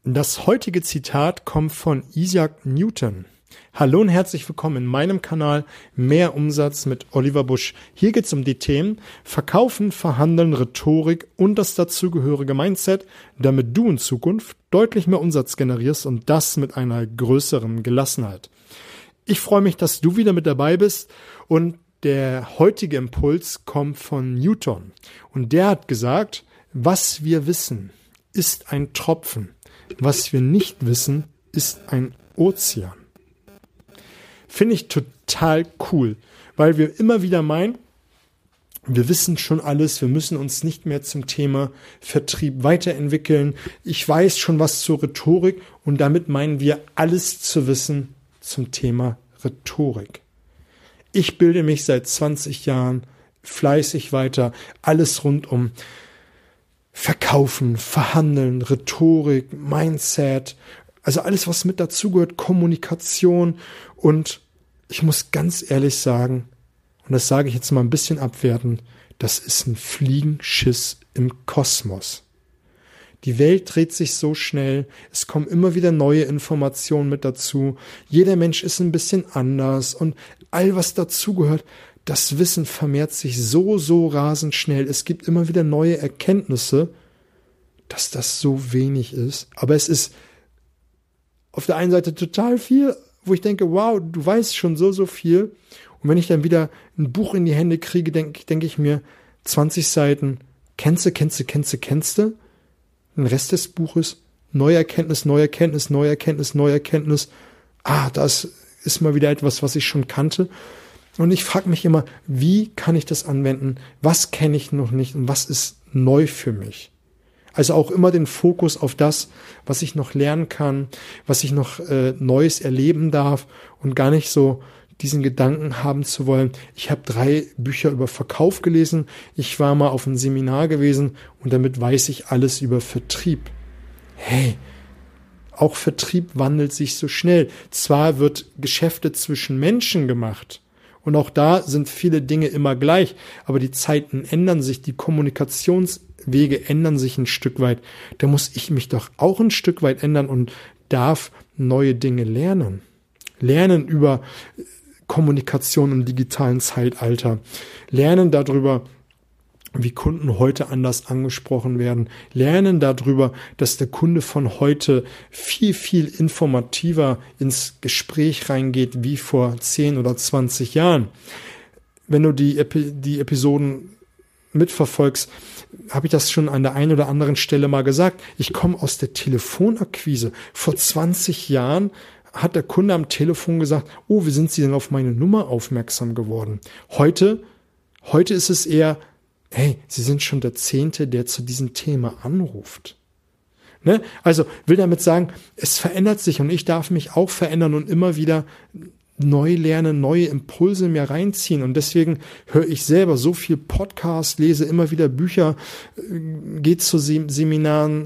Das heutige Zitat kommt von Isaac Newton. Hallo und herzlich willkommen in meinem Kanal Mehr Umsatz mit Oliver Busch. Hier geht es um die Themen Verkaufen, Verhandeln, Rhetorik und das dazugehörige Mindset, damit du in Zukunft deutlich mehr Umsatz generierst und das mit einer größeren Gelassenheit. Ich freue mich, dass du wieder mit dabei bist und der heutige Impuls kommt von Newton. Und der hat gesagt, was wir wissen, ist ein Tropfen. Was wir nicht wissen, ist ein Ozean. Finde ich total cool, weil wir immer wieder meinen, wir wissen schon alles, wir müssen uns nicht mehr zum Thema Vertrieb weiterentwickeln. Ich weiß schon was zur Rhetorik und damit meinen wir alles zu wissen zum Thema Rhetorik. Ich bilde mich seit 20 Jahren fleißig weiter, alles rund um Verkaufen, Verhandeln, Rhetorik, Mindset, also alles, was mit dazugehört, Kommunikation. Und ich muss ganz ehrlich sagen, und das sage ich jetzt mal ein bisschen abwertend, das ist ein Fliegenschiss im Kosmos. Die Welt dreht sich so schnell, es kommen immer wieder neue Informationen mit dazu. Jeder Mensch ist ein bisschen anders und all, was dazugehört, das Wissen vermehrt sich so rasend schnell. Es gibt immer wieder neue Erkenntnisse, dass das so wenig ist. Aber es ist auf der einen Seite total viel, wo ich denke, wow, du weißt schon so viel. Und wenn ich dann wieder ein Buch in die Hände kriege, denke ich mir, 20 Seiten, kennst du. Den Rest des Buches, neue Erkenntnis. Das ist mal wieder etwas, was ich schon kannte. Und ich frage mich immer, wie kann ich das anwenden? Was kenne ich noch nicht und was ist neu für mich? Also auch immer den Fokus auf das, was ich noch lernen kann, was ich noch Neues erleben darf und gar nicht so diesen Gedanken haben zu wollen. Ich habe 3 Bücher über Verkauf gelesen, ich war mal auf einem Seminar gewesen und damit weiß ich alles über Vertrieb. Hey, auch Vertrieb wandelt sich so schnell. Zwar wird Geschäfte zwischen Menschen gemacht, und auch da sind viele Dinge immer gleich, aber die Zeiten ändern sich, die Kommunikationswege ändern sich ein Stück weit. Da muss ich mich doch auch ein Stück weit ändern und darf neue Dinge lernen. Lernen über Kommunikation im digitalen Zeitalter. Lernen darüber, wie Kunden heute anders angesprochen werden. Lernen darüber, dass der Kunde von heute viel informativer ins Gespräch reingeht, wie vor 10 oder 20 Jahren. Wenn du die Episoden mitverfolgst, habe ich das schon an der einen oder anderen Stelle mal gesagt. Ich komme aus der Telefonakquise. Vor 20 Jahren hat der Kunde am Telefon gesagt, oh, wie sind Sie denn auf meine Nummer aufmerksam geworden? Heute ist es eher, hey, Sie sind schon der 10., der zu diesem Thema anruft. Ne? Also will damit sagen, es verändert sich und ich darf mich auch verändern und immer wieder neu lernen, neue Impulse mir reinziehen. Und deswegen höre ich selber so viel Podcast, lese immer wieder Bücher, gehe zu Seminaren,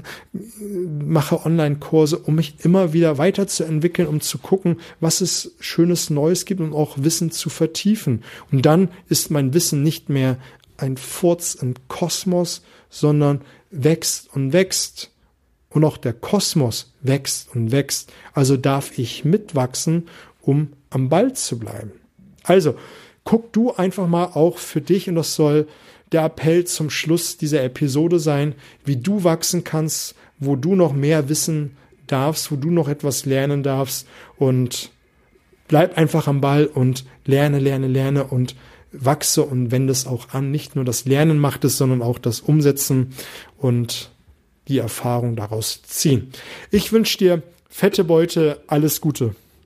mache Online-Kurse, um mich immer wieder weiterzuentwickeln, um zu gucken, was es Schönes Neues gibt und auch Wissen zu vertiefen. Und dann ist mein Wissen nicht mehr ein Furz im Kosmos, sondern wächst und wächst. Und auch der Kosmos wächst und wächst. Also darf ich mitwachsen, um am Ball zu bleiben. Also guck du einfach mal auch für dich, und das soll der Appell zum Schluss dieser Episode sein, wie du wachsen kannst, wo du noch mehr wissen darfst, wo du noch etwas lernen darfst, und bleib einfach am Ball und lerne und wachse und wende es auch an. Nicht nur das Lernen macht es, sondern auch das Umsetzen und die Erfahrung daraus ziehen. Ich wünsche dir fette Beute, alles Gute.